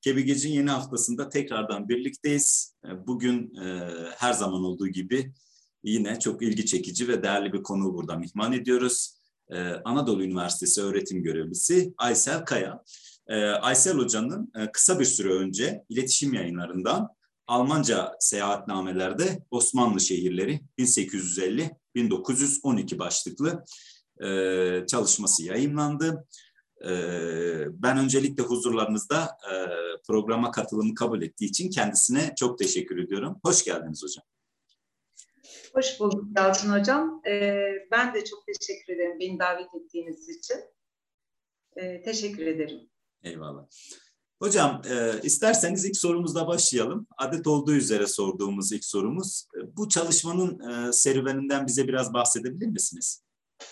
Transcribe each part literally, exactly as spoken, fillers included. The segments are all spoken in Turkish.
Kebigec'in yeni haftasında tekrardan birlikteyiz. Bugün e, her zaman olduğu gibi yine çok ilgi çekici ve değerli bir konuğu burada mihman ediyoruz. E, Anadolu Üniversitesi öğretim görevlisi Aysel Kaya. E, Aysel Hoca'nın e, kısa bir süre önce iletişim yayınlarından Almanca seyahatnamelerde Osmanlı şehirleri bin sekiz yüz elli - bin dokuz yüz on iki başlıklı e, çalışması yayımlandı. Ben öncelikle huzurlarınızda programa katılımı kabul ettiği için kendisine çok teşekkür ediyorum. Hoş geldiniz hocam. Hoş bulduk Yalçın hocam. Ben de çok teşekkür ederim beni davet ettiğiniz için. Teşekkür ederim. Eyvallah. Hocam isterseniz ilk sorumuzla başlayalım. Adet olduğu üzere sorduğumuz ilk sorumuz. Bu çalışmanın serüveninden bize biraz bahsedebilir misiniz?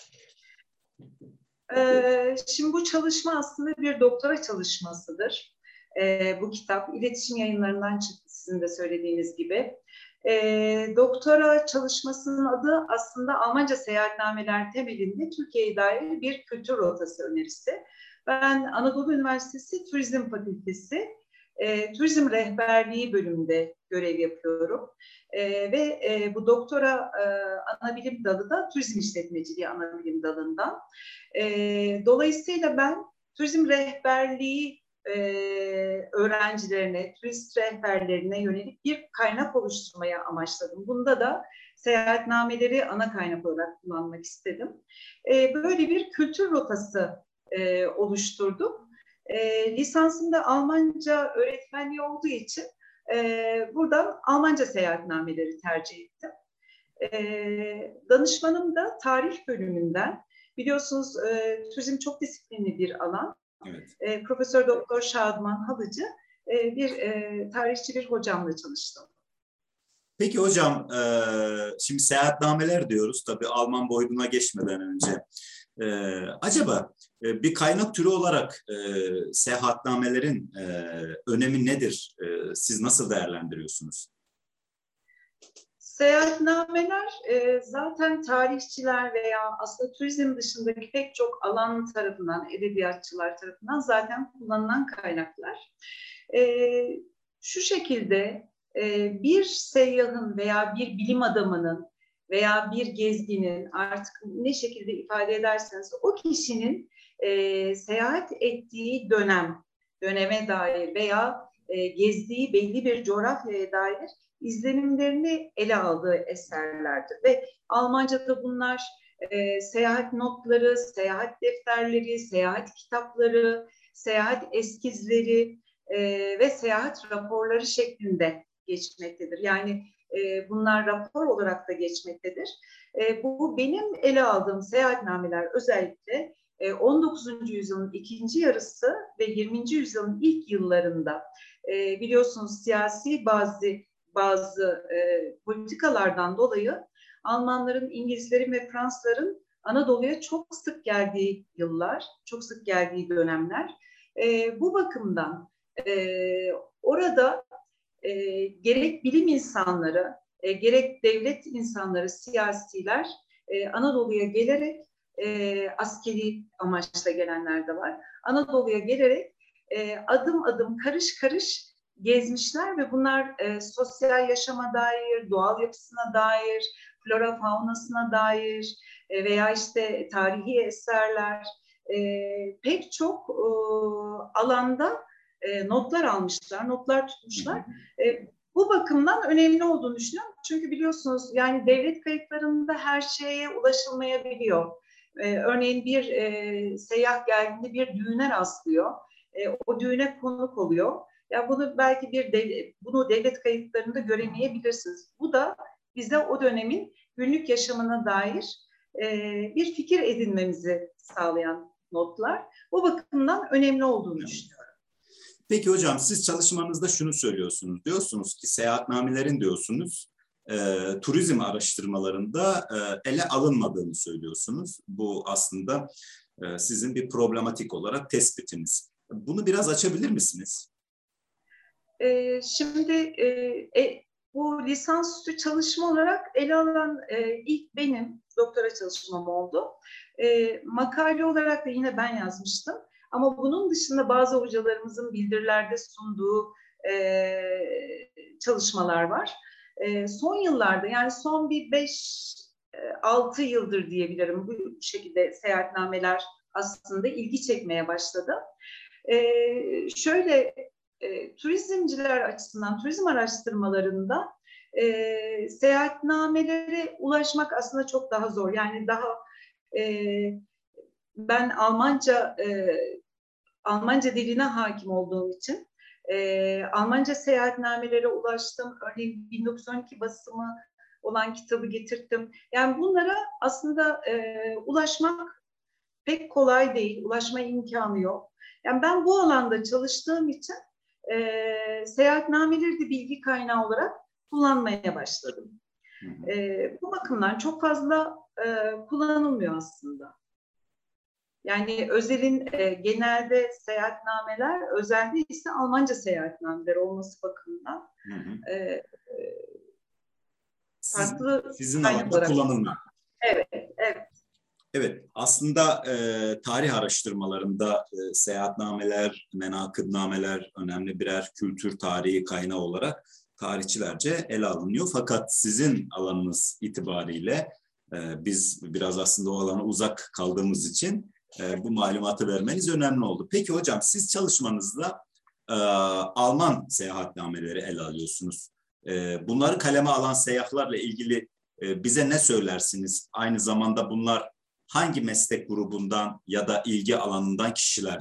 Şimdi bu çalışma aslında bir doktora çalışmasıdır. Bu kitap iletişim yayınlarından çıktı sizin de söylediğiniz gibi. Doktora çalışmasının adı aslında Almanca seyahatnameler temelinde Türkiye'ye dair bir kültür rotası önerisi. Ben Anadolu Üniversitesi Turizm Fakültesi E, Turizm Rehberliği bölümünde görev yapıyorum. E, ve e, bu doktora e, anabilim dalı da turizm işletmeciliği anabilim dalından. E, dolayısıyla ben turizm rehberliği e, öğrencilerine, turist rehberlerine yönelik bir kaynak oluşturmaya amaçladım. Bunda da seyahatnameleri ana kaynak olarak kullanmak istedim. E, böyle bir kültür rotası e, oluşturdum. E, lisansımda Almanca öğretmenliği olduğu için e, buradan Almanca seyahatnameleri tercih ettim. E, danışmanım da tarih bölümünden. Biliyorsunuz e, turizm çok disiplinli bir alan. Evet. E, Profesör Doktor Şadıman Halıcı e, bir e, tarihçi bir hocamla çalıştım. Peki hocam, e, şimdi seyahatnameler diyoruz tabii Alman boyutuna geçmeden önce. Ee, acaba e, bir kaynak türü olarak e, seyahatnamelerin e, önemi nedir? E, siz nasıl değerlendiriyorsunuz? Seyahatnameler e, zaten tarihçiler veya aslında turizm dışındaki pek çok alan tarafından, edebiyatçılar tarafından zaten kullanılan kaynaklar. E, şu şekilde e, bir seyyahın veya bir bilim adamının veya bir gezginin artık ne şekilde ifade ederseniz o kişinin e, seyahat ettiği dönem, döneme dair veya e, gezdiği belli bir coğrafyaya dair izlenimlerini ele aldığı eserlerdir. Ve Almanca'da bunlar e, seyahat notları, seyahat defterleri, seyahat kitapları, seyahat eskizleri e, ve seyahat raporları şeklinde geçmektedir. Yani e, bunlar rapor olarak da geçmektedir. E, bu benim ele aldığım seyahatnameler özellikle e, on dokuzuncu yüzyılın ikinci yarısı ve yirminci yüzyılın ilk yıllarında e, biliyorsunuz siyasi bazı bazı e, politikalardan dolayı Almanların, İngilizlerin ve Fransızların Anadolu'ya çok sık geldiği yıllar, çok sık geldiği dönemler. E, bu bakımdan e, orada e, gerek bilim insanları, e, gerek devlet insanları, siyasiler e, Anadolu'ya gelerek, e, askeri amaçla gelenler de var, Anadolu'ya gelerek e, adım adım, karış karış gezmişler ve bunlar e, sosyal yaşama dair, doğal yapısına dair, flora faunasına dair e, veya işte tarihi eserler e, pek çok e, alanda e, notlar almışlar, notlar tutmuşlar. E, bu bakımdan önemli olduğunu düşünüyorum. Çünkü biliyorsunuz yani devlet kayıtlarında her şeye ulaşılmayabiliyor. E, örneğin bir e, seyyah geldiğinde bir düğüne rastlıyor. E, o düğüne konuk oluyor. Ya bunu belki bir devlet, bunu devlet kayıtlarında göremeyebilirsiniz. Bu da bize o dönemin günlük yaşamına dair e, bir fikir edinmemizi sağlayan notlar. Bu bakımdan önemli olduğunu düşünüyorum. Peki hocam siz çalışmanızda şunu söylüyorsunuz. Diyorsunuz ki seyahatnamelerin diyorsunuz e, turizm araştırmalarında e, ele alınmadığını söylüyorsunuz. Bu aslında e, sizin bir problematik olarak tespitiniz. Bunu biraz açabilir misiniz? E, şimdi e, e, bu lisansüstü çalışma olarak ele alınan e, ilk benim doktora çalışmam oldu. E, makale olarak da yine ben yazmıştım. Ama bunun dışında bazı hocalarımızın bildirilerde sunduğu e, çalışmalar var. E, son yıllarda, yani son bir beş altı yıldır diyebilirim, bu şekilde seyahatnameler aslında ilgi çekmeye başladı. E, şöyle e, turizmciler açısından, turizm araştırmalarında e, seyahatnamelere ulaşmak aslında çok daha zor. Yani daha e, ben Almanca e, Almanca diline hakim olduğum için e, Almanca seyahatnamelere ulaştım. Örneğin bin dokuz yüz on iki basımı olan kitabı getirttim. Yani bunlara aslında e, ulaşmak pek kolay değil. Ulaşma imkanı yok. Yani ben bu alanda çalıştığım için e, seyahatnameleri de bilgi kaynağı olarak kullanmaya başladım. Hı hı. E, bu bakımdan çok fazla e, kullanılmıyor aslında. Yani özelin e, genelde seyahatnameler, özelde ise Almanca seyahatnameler olması bakımından hı hı. E, e, farklı Siz, sizin alanda kullanılmıyor. Evet, evet. Evet, aslında e, tarih araştırmalarında e, seyahatnameler, menakıbnameler önemli birer kültür tarihi kaynağı olarak tarihçilerce ele alınıyor. Fakat sizin alanınız itibariyle e, biz biraz aslında o alana uzak kaldığımız için e, bu malumatı vermeniz önemli oldu. Peki hocam, siz çalışmanızda e, Alman seyahatnameleri ele alıyorsunuz. E, bunları kaleme alan seyyahlarla ilgili e, bize ne söylersiniz? Aynı zamanda bunlar hangi meslek grubundan ya da ilgi alanından kişiler?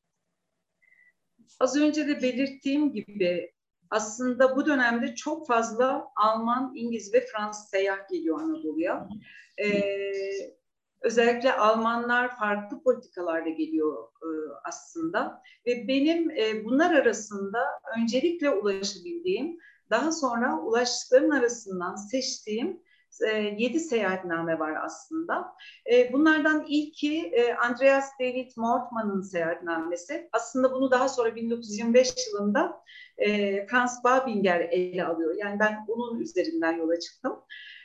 Az önce de belirttiğim gibi aslında bu dönemde çok fazla Alman, İngiliz ve Fransız seyyah geliyor Anadolu'ya. Ee, özellikle Almanlar farklı politikalarla geliyor e, aslında. Ve benim e, bunlar arasında öncelikle ulaşabildiğim, daha sonra ulaştıkların arasından seçtiğim yedi seyahatname var aslında. Bunlardan ilki Andreas David Mortman'ın seyahatnamesi. Aslında bunu daha sonra bin dokuz yüz yirmi beş yılında Franz Babinger ele alıyor. Yani ben onun üzerinden yola çıktım.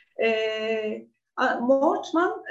Mortman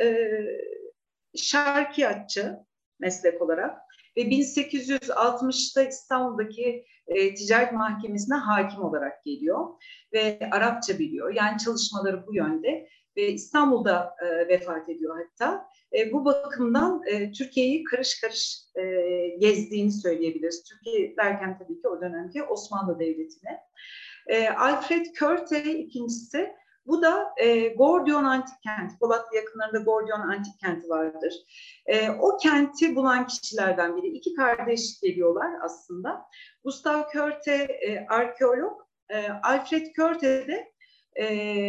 şarkiyatçı meslek olarak ve bin sekiz yüz altmışta İstanbul'daki e, ticaret mahkemesine hakim olarak geliyor ve Arapça biliyor. Yani çalışmaları bu yönde ve İstanbul'da e, vefat ediyor hatta. E, bu bakımdan e, Türkiye'yi karış karış e, gezdiğini söyleyebiliriz. Türkiye derken tabii ki o dönemki Osmanlı Devleti'ne. E, Alfred Körte ikincisi. Bu da e, Gordion Antik Kenti, Polatlı yakınlarında Gordion Antik Kenti vardır. E, o kenti bulan kişilerden biri. İki kardeş geliyorlar aslında. Gustav Körte e, arkeolog, e, Alfred Körte de e,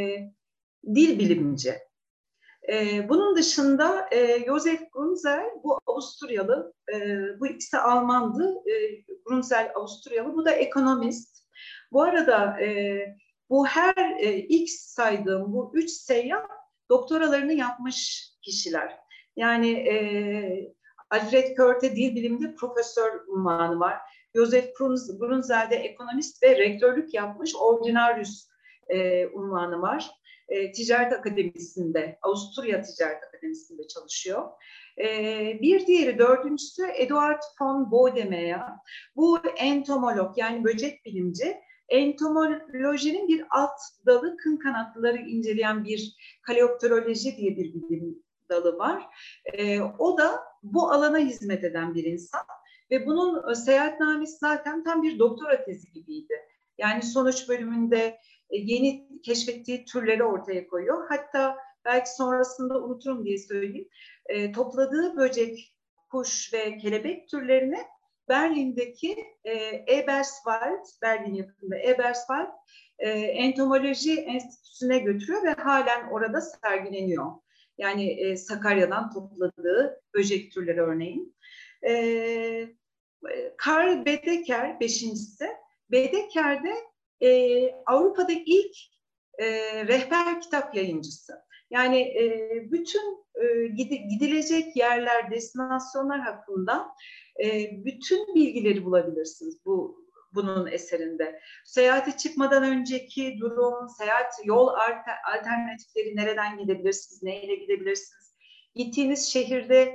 dil bilimci. E, bunun dışında e, Josef Grunzel, bu Avusturyalı, e, bu ikisi Almandı, e, Grunzel Avusturyalı, bu da ekonomist. Bu arada e, bu her e, ilk saydığım bu üç seyyah doktoralarını yapmış kişiler. Yani e, Alfred Körte dil biliminde profesör unvanı var. Josef Grunzel'de ekonomist ve rektörlük yapmış ordinarius e, unvanı var. E, Ticaret Akademisi'nde, Avusturya Ticaret Akademisi'nde çalışıyor. E, bir diğeri, dördüncüsü Eduard von Bodemeyer. Bu entomolog, yani böcek bilimci. Entomolojinin bir alt dalı, kın kanatlıları inceleyen bir kaleopteroloji diye bir bilim dalı var. E, o da bu alana hizmet eden bir insan ve bunun seyahatnamesi zaten tam bir doktora tezi gibiydi. Yani sonuç bölümünde yeni keşfettiği türleri ortaya koyuyor. Hatta belki sonrasında unuturum diye söyleyeyim. E, topladığı böcek, kuş ve kelebek türlerini Berlin'deki e, Eberswald, Berlin yakında Eberswald e, Entomoloji Enstitüsü'ne götürüyor ve halen orada sergileniyor. Yani e, Sakarya'dan topladığı böcek türleri örneğin. E, Karl Bedeker beşincisi. Bedeker'de e, Avrupa'da ilk e, rehber kitap yayıncısı. Yani e, bütün e, gidilecek yerler, destinasyonlar hakkında e, bütün bilgileri bulabilirsiniz bu bunun eserinde. Seyahate çıkmadan önceki durum, seyahat yol alternatifleri, nereden gidebilirsiniz, neyle gidebilirsiniz? Gittiğiniz şehirde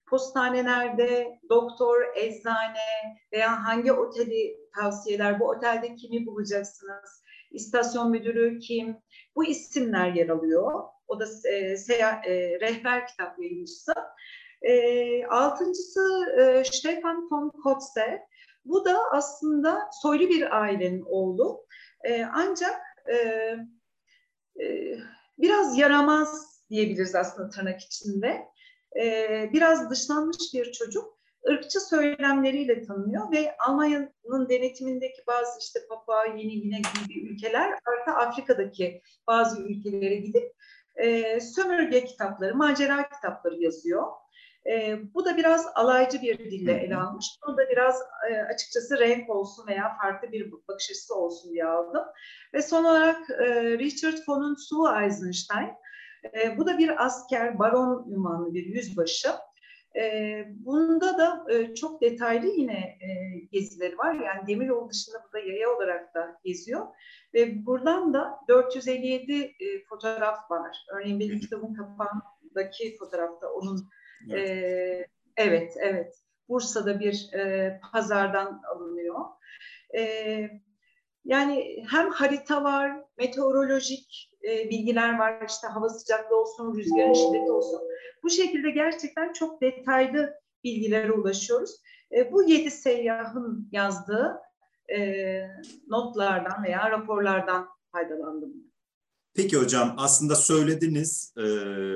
postanelerde doktor, eczane veya hangi oteli tavsiyeler, bu otelde kimi bulacaksınız, istasyon müdürü kim, bu isimler yer alıyor. O da e, seyahat, e, rehber kitap yayıncısı. E, altıncısı e, Stefan von Kotze. Bu da aslında soylu bir ailenin oğlu. E, ancak e, e, biraz yaramaz diyebiliriz aslında tırnak içinde. E, biraz dışlanmış bir çocuk. Irkçı söylemleriyle tanınıyor ve Almanya'nın denetimindeki bazı işte Papua Yeni Gine gibi ülkeler artı Afrika'daki bazı ülkelere gidip e, sömürge kitapları, macera kitapları yazıyor. E, bu da biraz alaycı bir dille ele almış. Bunu da biraz e, açıkçası renk olsun veya farklı bir bakış açısı olsun diye aldım. Ve son olarak e, Richard von Zu-Eisenstein. E, bu da bir asker, baron ünvanlı bir yüzbaşı. E, bunda da e, çok detaylı yine e, gezileri var. Yani demiryolu dışında bu da yaya olarak da geziyor. Ve buradan da dört yüz elli yedi e, fotoğraf var. Örneğin benim kitabın kapağındaki fotoğrafta onun evet, e, evet, evet. Bursa'da bir e, pazardan alınıyor. E, Yani hem harita var, meteorolojik e, bilgiler var, işte hava sıcaklığı olsun, rüzgarın şiddeti olsun. Bu şekilde gerçekten çok detaylı bilgilere ulaşıyoruz. E, bu yedi seyyahın yazdığı e, notlardan veya raporlardan faydalandım. Peki hocam, aslında söylediniz, e,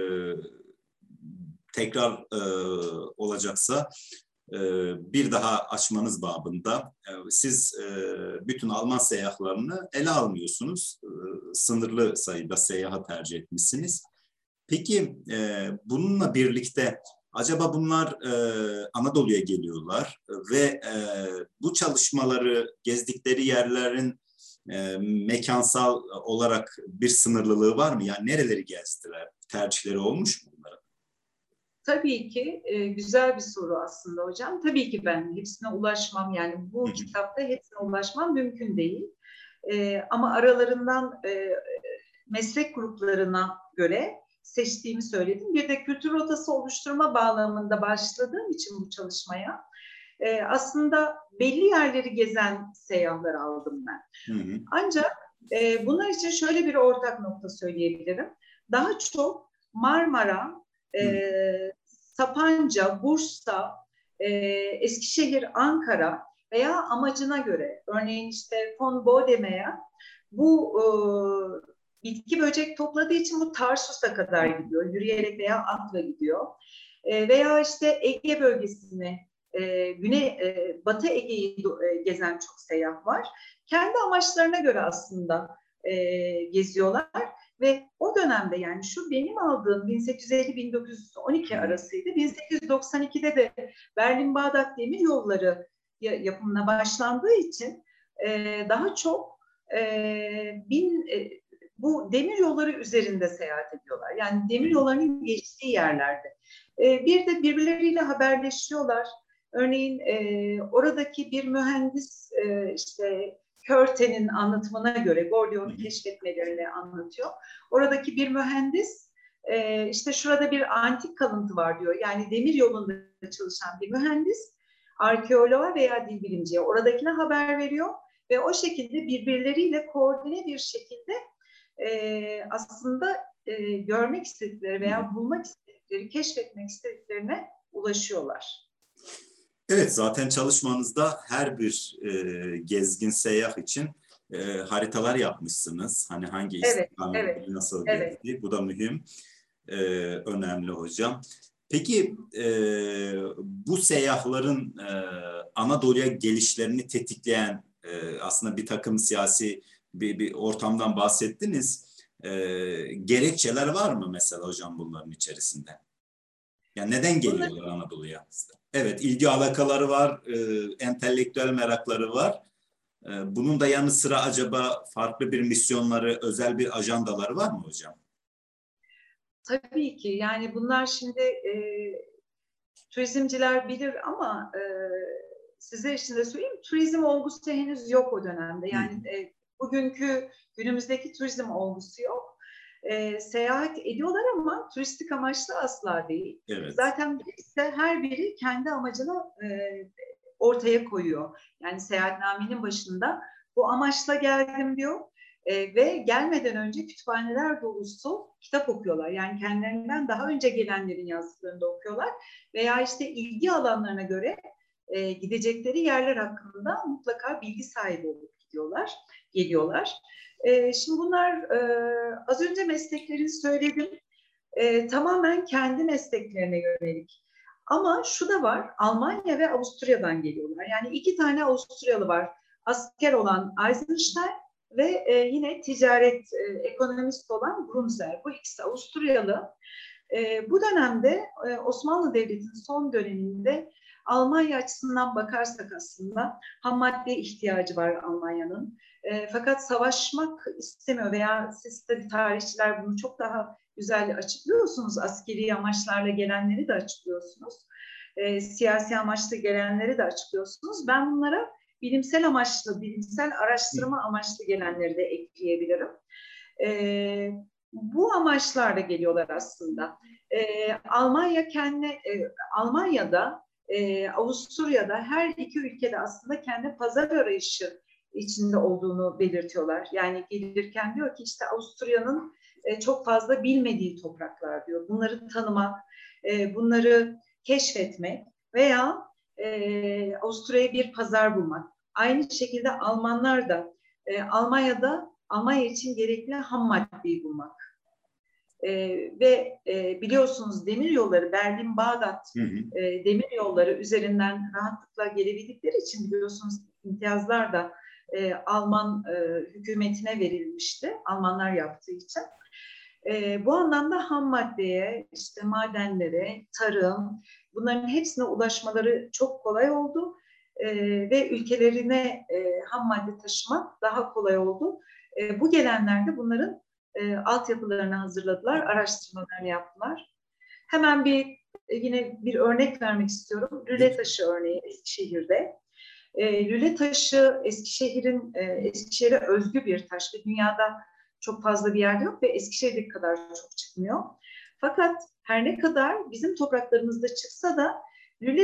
tekrar e, olacaksa e, bir daha açmanız babında. E, siz e, bütün Alman seyahatlerini ele almıyorsunuz. E, sınırlı sayıda seyahat tercih etmişsiniz. Peki e, bununla birlikte acaba bunlar e, Anadolu'ya geliyorlar ve e, bu çalışmaları gezdikleri yerlerin e, mekansal olarak bir sınırlılığı var mı? Yani nereleri gezdiler? Tercihleri olmuş mu bunlara? Tabii ki e, güzel bir soru aslında hocam. Tabii ki ben hepsine ulaşmam, yani bu Hı hı. kitapta hepsine ulaşmam mümkün değil. E, ama aralarından e, meslek gruplarına göre seçtiğimi söyledim. Bir de kültür rotası oluşturma bağlamında başladığım için bu çalışmaya e, aslında belli yerleri gezen seyyahlar aldım ben. Hı hı. Ancak e, bunlar için şöyle bir ortak nokta söyleyebilirim. Daha çok Marmara, e, Sapanca, Bursa, e, Eskişehir, Ankara veya amacına göre, örneğin işte Von Bodemeyer bu e, bitki böcek topladığı için bu Tarsus'a kadar gidiyor, yürüyerek veya atla gidiyor. E, veya işte Ege bölgesini, e, Güney, e, Batı Ege'yi e, gezen çok seyyah var. Kendi amaçlarına göre aslında e, geziyorlar. Ve o dönemde, yani şu benim aldığım bin sekiz yüz elli bin dokuz yüz on iki arasıydı. bin sekiz yüz doksan ikide de Berlin-Bağdat demir yolları yapımına başlandığı için e, daha çok e, bin, e, bu demir yolları üzerinde seyahat ediyorlar. Yani demir yollarının geçtiği yerlerde. E, bir de birbirleriyle haberleşiyorlar. Örneğin e, oradaki bir mühendis e, işte Körte'nin anlatımına göre, Gordion'un keşfetmelerini anlatıyor. Oradaki bir mühendis e, işte şurada bir antik kalıntı var diyor. Yani demir yolunda çalışan bir mühendis arkeoloğa veya dil bilimciye oradakine haber veriyor ve o şekilde birbirleriyle koordine bir şekilde e, aslında e, görmek istedikleri veya bulmak istedikleri, keşfetmek istediklerine ulaşıyorlar. Evet, zaten çalışmanızda her bir e, gezgin seyyah için e, haritalar yapmışsınız. Hani hangi Evet, istikamette evet, nasıl evet. gezdi. Bu da mühim, e, önemli hocam. Peki e, bu seyyahların e, Anadolu'ya gelişlerini tetikleyen e, aslında bir takım siyasi bir, bir ortamdan bahsettiniz. E, gerekçeler var mı mesela hocam bunların içerisinde? Yani neden Bunları, geliyorlar Anadolu'ya? Evet, ilgi alakaları var, e, entelektüel merakları var. E, bunun da yanı sıra acaba farklı bir misyonları, özel bir ajandaları var mı hocam? tabii ki, yani bunlar şimdi e, turizmciler bilir ama e, size şimdi söyleyeyim, turizm olgusu henüz yok o dönemde. Yani e, bugünkü, günümüzdeki turizm olgusu yok. e, seyahat ediyorlar ama turistik amaçlı asla değil. Evet. Zaten ise her biri kendi amacını e, ortaya koyuyor. Yani seyahatnamenin başında bu amaçla geldim diyor. E, ve gelmeden önce kütüphaneler dolusu kitap okuyorlar. Yani kendilerinden daha önce gelenlerin yazdıklarını da okuyorlar. Veya işte ilgi alanlarına göre e, gidecekleri yerler hakkında mutlaka bilgi sahibi olup gidiyorlar, geliyorlar. E, şimdi bunlar e, az önce mesleklerini söyledim. E, tamamen kendi mesleklerine yönelik. Ama şu da var, Almanya ve Avusturya'dan geliyorlar. Yani iki tane Avusturyalı var. Asker olan Eisenstein ve e, yine ticaret e, ekonomist olan Grunzer. Bu ikisi Avusturyalı. E, bu dönemde e, Osmanlı Devleti'nin son döneminde Almanya açısından bakarsak aslında ham madde ihtiyacı var Almanya'nın. E, fakat savaşmak istemiyor veya siz tabii tarihçiler bunu çok daha güzel açıklıyorsunuz. Askeri amaçlarla gelenleri de açıklıyorsunuz. E, siyasi amaçlı gelenleri de açıklıyorsunuz. Ben bunlara bilimsel amaçlı, bilimsel araştırma amaçlı gelenleri de ekleyebilirim. E, bu amaçlarla geliyorlar aslında. E, Almanya kendi, e, Almanya'da, e, Avusturya'da her iki ülkede aslında kendi pazar arayışı içinde olduğunu belirtiyorlar. Yani gelirken diyor ki işte Avusturya'nın e, çok fazla bilmediği topraklar diyor. Bunları tanımak, e, bunları keşfetmek veya e, Avusturya'ya bir pazar bulmak. Aynı şekilde Almanlar da e, Almanya'da Almanya için gerekli ham maddeyi bulmak. E, ve e, biliyorsunuz demir yolları Berlin-Bağdat e, demir yolları üzerinden rahatlıkla gelebildikleri için biliyorsunuz imtiyazlar da e, Alman e, hükümetine verilmişti. Almanlar yaptığı için. E, bu anlamda ham maddeye, işte madenlere, tarım, bunların hepsine ulaşmaları çok kolay oldu. E, ve ülkelerine e, ham madde taşımak daha kolay oldu. E, bu gelenler de bunların e, altyapılarını hazırladılar, araştırmalarını yaptılar. Hemen bir e, yine bir örnek vermek istiyorum. Lüle taşı örneği Eskişehir'de. E, lüle taşı Eskişehir'in e, Eskişehir'e özgü bir taş ve dünyada çok fazla bir yerde yok ve Eskişehir'deki kadar çok çıkmıyor. Fakat her ne kadar bizim topraklarımızda çıksa da lüle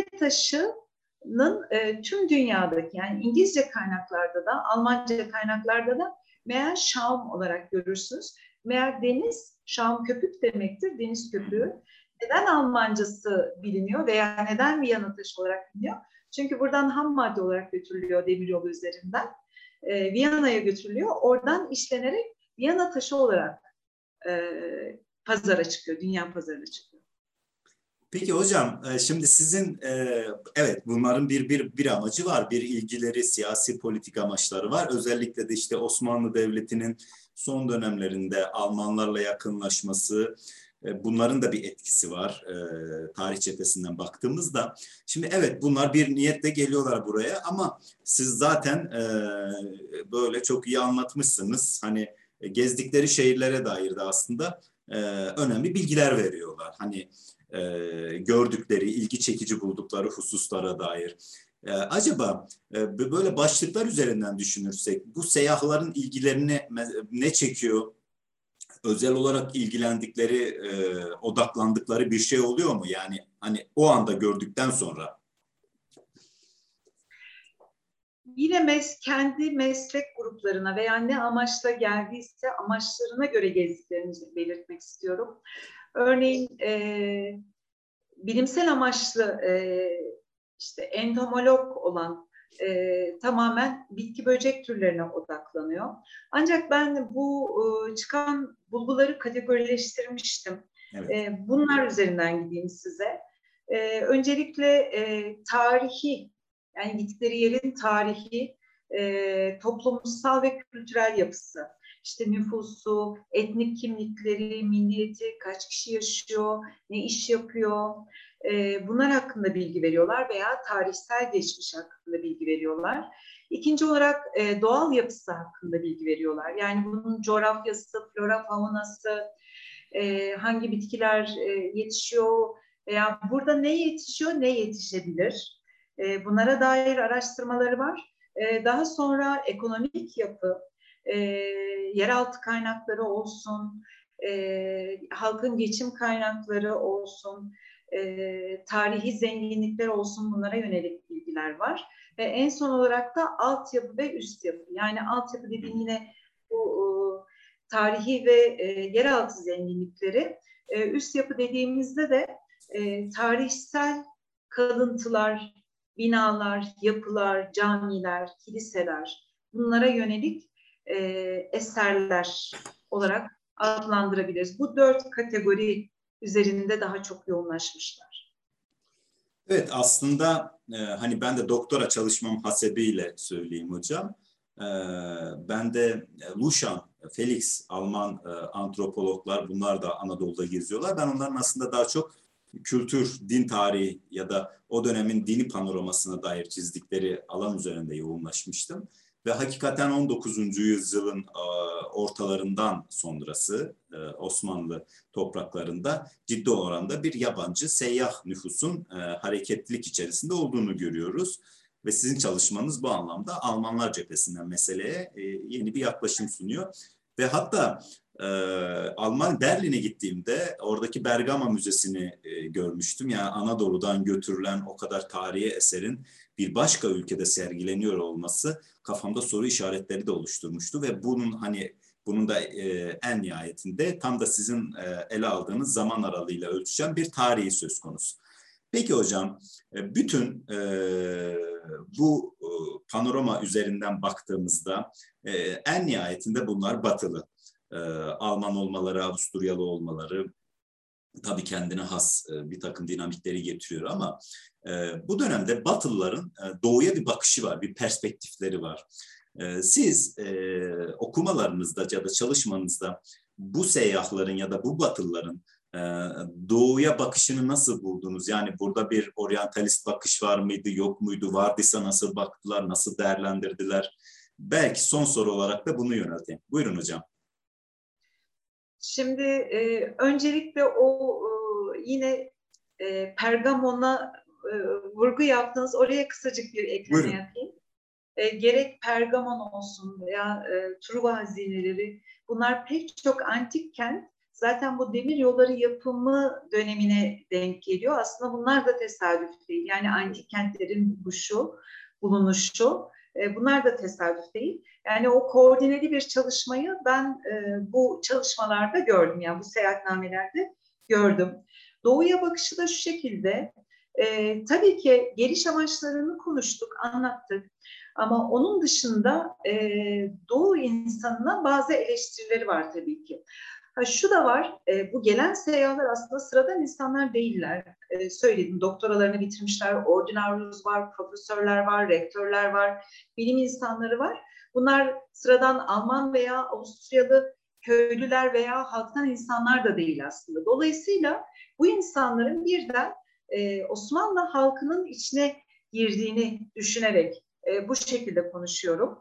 taşının e, tüm dünyadaki yani İngilizce kaynaklarda da Almanca kaynaklarda da meğer Schaum olarak görürsünüz. Meğer deniz, Schaum köpük demektir, deniz köpüğü. Neden Almancası biliniyor veya neden Viyana taşı olarak biliniyor? Çünkü buradan ham madde olarak götürülüyor demiryolu üzerinden. E, Viyana'ya götürülüyor. Oradan işlenerek Viyana taşı olarak e, pazara çıkıyor, dünya pazarına çıkıyor. Peki hocam, şimdi sizin evet bunların bir bir bir amacı var, bir ilgileri, siyasi politik amaçları var. Özellikle de işte Osmanlı Devleti'nin son dönemlerinde Almanlarla yakınlaşması, bunların da bir etkisi var tarih cephesinden baktığımızda. Şimdi evet bunlar bir niyetle geliyorlar buraya ama siz zaten böyle çok iyi anlatmışsınız. Hani gezdikleri şehirlere dair de aslında önemli bilgiler veriyorlar. Hani E, gördükleri, ilgi çekici buldukları hususlara dair. E, acaba e, böyle başlıklar üzerinden düşünürsek bu seyyahların ilgilerini ne çekiyor? Özel olarak ilgilendikleri, e, odaklandıkları bir şey oluyor mu? Yani hani o anda gördükten sonra. Yine mes kendi meslek gruplarına veya ne amaçla geldiyse amaçlarına göre gezdiklerini belirtmek istiyorum. Örneğin e, bilimsel amaçlı e, işte entomolog olan e, tamamen bitki böcek türlerine odaklanıyor. Ancak ben bu e, çıkan bulguları kategorileştirmiştim. Evet. E, bunlar üzerinden gideyim size. E, öncelikle e, tarihi, yani gittikleri yerin tarihi, e, toplumsal ve kültürel yapısı. İşte nüfusu, etnik kimlikleri, milliyeti, kaç kişi yaşıyor, ne iş yapıyor, e, bunlar hakkında bilgi veriyorlar veya tarihsel geçmiş hakkında bilgi veriyorlar. İkinci olarak e, doğal yapısı hakkında bilgi veriyorlar. Yani bunun coğrafyası, flora, faunası, e, hangi bitkiler e, yetişiyor veya burada ne yetişiyor, ne yetişebilir. E, bunlara dair araştırmaları var. E, daha sonra ekonomik yapı, e, yeraltı kaynakları olsun, e, halkın geçim kaynakları olsun, e, tarihi zenginlikler olsun, bunlara yönelik bilgiler var. Ve en son olarak da altyapı ve üst yapı. Yani altyapı dediğim yine bu e, tarihi ve e, yeraltı zenginlikleri. E, üst yapı dediğimizde de e, tarihsel kalıntılar, binalar, yapılar, camiler, kiliseler, bunlara yönelik e, eserler olarak adlandırabiliriz. Bu dört kategori üzerinde daha çok yoğunlaşmışlar. Evet, aslında e, hani ben de doktora çalışmam hasebiyle söyleyeyim hocam. E, ben de Lushan, Felix, Alman e, antropologlar, bunlar da Anadolu'da geziyorlar. Ben onların aslında daha çok kültür, din tarihi ya da o dönemin dini panoramasına dair çizdikleri alan üzerinde yoğunlaşmıştım. Ve hakikaten on dokuzuncu yüzyılın e, ortalarından sonrası e, Osmanlı topraklarında ciddi oranda bir yabancı seyyah nüfusun e, hareketlilik içerisinde olduğunu görüyoruz. Ve sizin çalışmanız bu anlamda Almanlar cephesinden meseleye e, yeni bir yaklaşım sunuyor. Ve hatta e, Alman Berlin'e gittiğimde oradaki Bergama Müzesi'ni e, görmüştüm. Yani Anadolu'dan götürülen o kadar tarihi eserin bir başka ülkede sergileniyor olması kafamda soru işaretleri de oluşturmuştu ve bunun hani bunun da e, en nihayetinde tam da sizin e, ele aldığınız zaman aralığıyla ölçüşen bir tarihi söz konusu. Peki hocam, e, bütün e, bu e, panorama üzerinden baktığımızda e, en nihayetinde bunlar batılı. E, Alman olmaları, Avusturyalı olmaları tabii kendine has e, bir takım dinamikleri getiriyor ama e, bu dönemde Batılıların e, doğuya bir bakışı var, bir perspektifleri var. E, siz e, okumalarınızda ya da çalışmanızda bu seyyahların ya da bu Batılıların e, doğuya bakışını nasıl buldunuz? Yani burada bir oryantalist bakış var mıydı, yok muydu? Vardıysa nasıl baktılar, nasıl değerlendirdiler? Belki son soru olarak da bunu yönelteyim. Buyurun hocam. Şimdi e, öncelikle o e, yine e, Pergamon'a e, vurgu yaptınız. Oraya kısacık bir ekleme Buyurun. yapayım. E, gerek Pergamon olsun veya e, Truva hazineleri, bunlar pek çok antik kent. Zaten bu demir yolları yapımı dönemine denk geliyor. Aslında bunlar da tesadüf değil. Yani antik kentlerin buluşu, bulunuşu, e, bunlar da tesadüf değil. Yani o koordineli bir çalışmayı ben e, bu çalışmalarda gördüm. Yani bu seyahatnamelerde gördüm. Doğuya bakışı da şu şekilde. E, tabii ki geliş amaçlarını konuştuk, anlattık. Ama onun dışında e, Doğu insanına bazı eleştirileri var tabii ki. Ha, şu da var, e, bu gelen seyyahlar aslında sıradan insanlar değiller. E, söyledim, doktoralarını bitirmişler, ordinarius var, profesörler var, rektörler var, bilim insanları var. Bunlar sıradan Alman veya Avusturyalı köylüler veya halktan insanlar da değil aslında. Dolayısıyla bu insanların birden e, Osmanlı halkının içine girdiğini düşünerek e, bu şekilde konuşuyorum.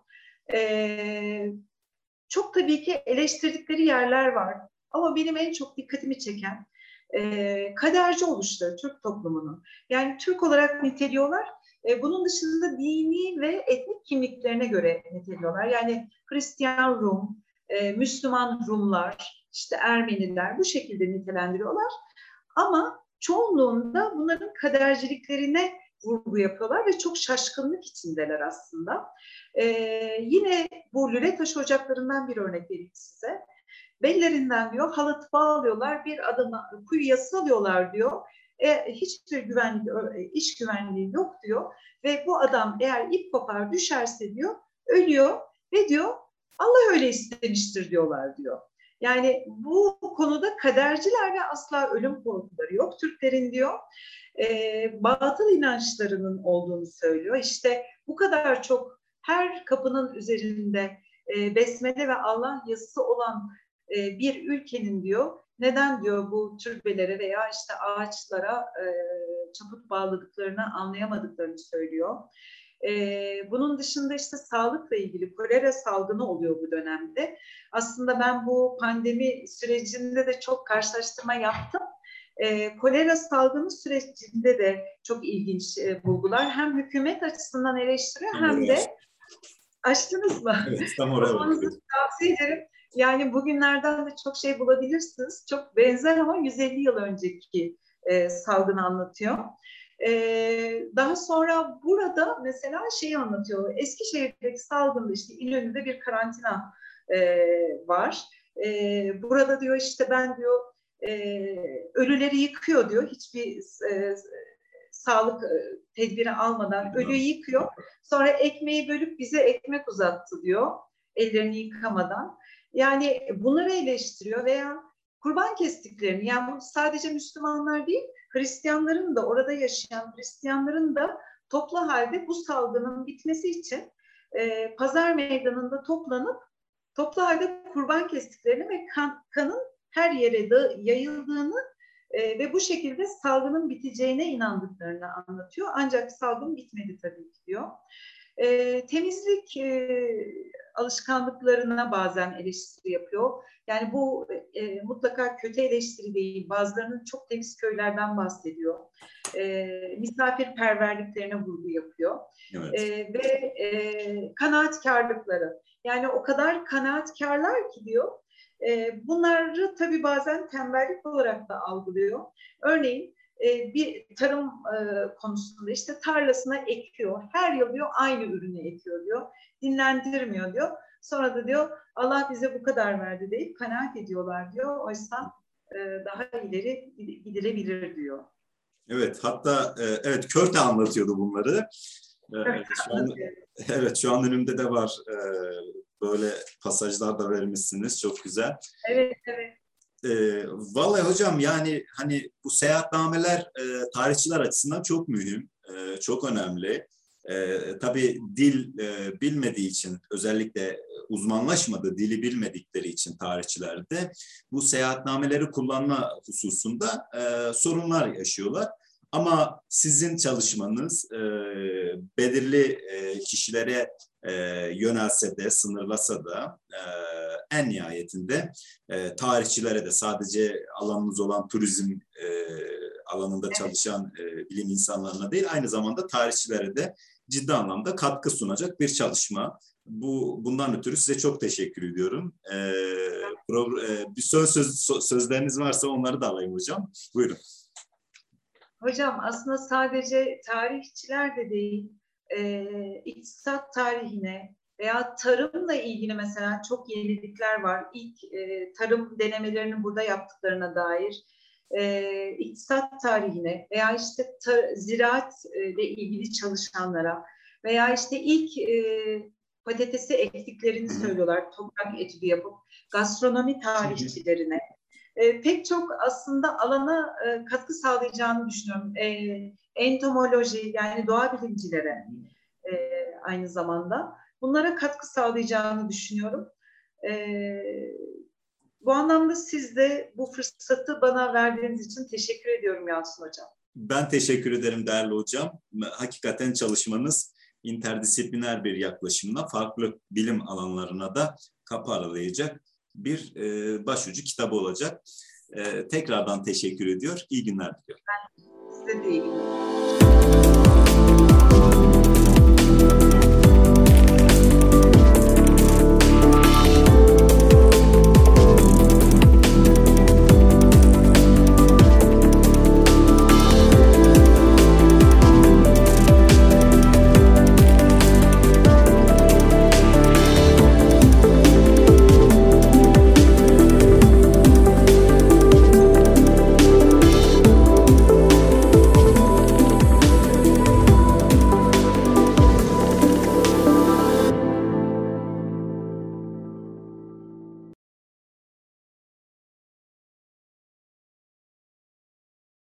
E, çok tabii ki eleştirdikleri yerler var. Ama benim en çok dikkatimi çeken e, kaderci oluşları Türk toplumunu. Yani Türk olarak niteliyorlar. E, bunun dışında dini ve etnik kimliklerine göre niteliyorlar. Yani Hristiyan Rum, e, Müslüman Rumlar, işte Ermeniler bu şekilde nitelendiriyorlar. Ama çoğunluğunda bunların kaderciliklerine vurgu yapıyorlar ve çok şaşkınlık içindeler aslında. Ee, yine bu Lületaş ocaklarından bir örnek vereyim size. Bellerinden diyor halat bağlıyorlar, bir adama kuyuya salıyorlar diyor. E, hiçbir güvenlik, iş güvenliği yok diyor. Ve bu adam eğer ip kopar düşerse diyor, ölüyor ve diyor Allah öyle istemiştir diyorlar diyor. Yani bu konuda kaderciler ve asla ölüm korkuları yok Türklerin diyor. E, batıl inançlarının olduğunu söylüyor. İşte bu kadar çok her kapının üzerinde e, besmele ve Allah yazısı olan e, bir ülkenin diyor, neden diyor bu türbelere veya işte ağaçlara e, çaput bağladıklarını anlayamadıklarını söylüyor. Ee, bunun dışında işte sağlıkla ilgili kolera salgını oluyor bu dönemde. Aslında ben bu pandemi sürecinde de çok karşılaştırma yaptım. Ee, kolera salgını sürecinde de çok ilginç e, bulgular. Hem hükümet açısından eleştiriyor hem de açtınız mı? Evet, tam oraya bakıyoruz. Tavsiye ederim. Yani bugünlerden de çok şey bulabilirsiniz. Çok benzer ama yüz elli yıl önceki e, salgını anlatıyor. E, daha sonra burada mesela şeyi anlatıyor. Eskişehir'deki salgında işte İnönü'de bir karantina e, var. E, burada diyor işte ben diyor e, ölüleri yıkıyor diyor. Hiçbir e, sağlık tedbiri almadan ölüyü yıkıyor. Sonra ekmeği bölüp bize ekmek uzattı diyor. Ellerini yıkamadan. Yani bunları eleştiriyor veya kurban kestiklerini, yani sadece Müslümanlar değil, Hristiyanların da, orada yaşayan Hristiyanların da toplu halde bu salgının bitmesi için e, pazar meydanında toplanıp toplu halde kurban kestiklerini ve kan, kanın her yere de yayıldığını e, ve bu şekilde salgının biteceğine inandıklarını anlatıyor. Ancak salgın bitmedi tabii ki diyor. E, temizlik e, alışkanlıklarına bazen eleştiri yapıyor. Yani bu e, mutlaka kötü eleştiri değil. Bazılarının çok temiz köylerden bahsediyor. E, misafirperverliklerine vurgu yapıyor. Evet. E, ve e, kanaatkarlıkları. Yani o kadar kanaatkarlar ki diyor. E, bunları tabii bazen tembellik olarak da algılıyor. Örneğin e, bir tarım e, konusunda işte tarlasına ekiyor. Her yıl diyor aynı ürünü ekiyor diyor. Dinlendirmiyor diyor. Sonra da diyor Allah bize bu kadar verdi deyip kanaat ediyorlar diyor. Oysa e, daha ileri gidilebilir diyor. Evet, hatta e, evet Körte anlatıyordu bunları. E, şu an, evet şu an önümde de var. E, böyle pasajlar da vermişsiniz. Çok güzel. Evet, evet. E, vallahi hocam yani hani bu seyahatnameler e, tarihçiler açısından çok mühim, e, çok önemli. E, tabii dil e, bilmediği için, özellikle uzmanlaşmadığı dili bilmedikleri için tarihçiler de bu seyahatnameleri kullanma hususunda e, sorunlar yaşıyorlar. Ama sizin çalışmanız e, belirli e, kişilere e, yönelse de, sınırlasa da e, en nihayetinde e, tarihçilere de, sadece alanınız olan turizm e, alanında çalışan e, bilim insanlarına değil, aynı zamanda tarihçilere de ciddi anlamda katkı sunacak bir çalışma. Bu bundan ötürü size çok teşekkür ediyorum. E, pro, e, bir söz, söz sözleriniz varsa onları da alayım hocam. Buyurun. Hocam aslında sadece tarihçiler de değil, e, iktisat tarihine veya tarımla ilgili mesela çok yenilikler var. İlk e, tarım denemelerini burada yaptıklarına dair e, iktisat tarihine veya işte tar- ziraatle ilgili çalışanlara veya işte ilk e, patatesi ektiklerini söylüyorlar, toprak etüdü yapıp gastronomi tarihçilerine. E, pek çok aslında alana e, katkı sağlayacağını düşünüyorum. E, entomoloji yani doğa bilimcilere e, aynı zamanda bunlara katkı sağlayacağını düşünüyorum. E, bu anlamda siz de bu fırsatı bana verdiğiniz için teşekkür ediyorum Yalçın Hocam. Ben teşekkür ederim değerli hocam. Hakikaten çalışmanız interdisipliner bir yaklaşımla farklı bilim alanlarına da kapı aralayacak bir e, başucu kitabı olacak. E, tekrardan teşekkür ediyor. İyi günler diliyorum. Ben size de iyi günler.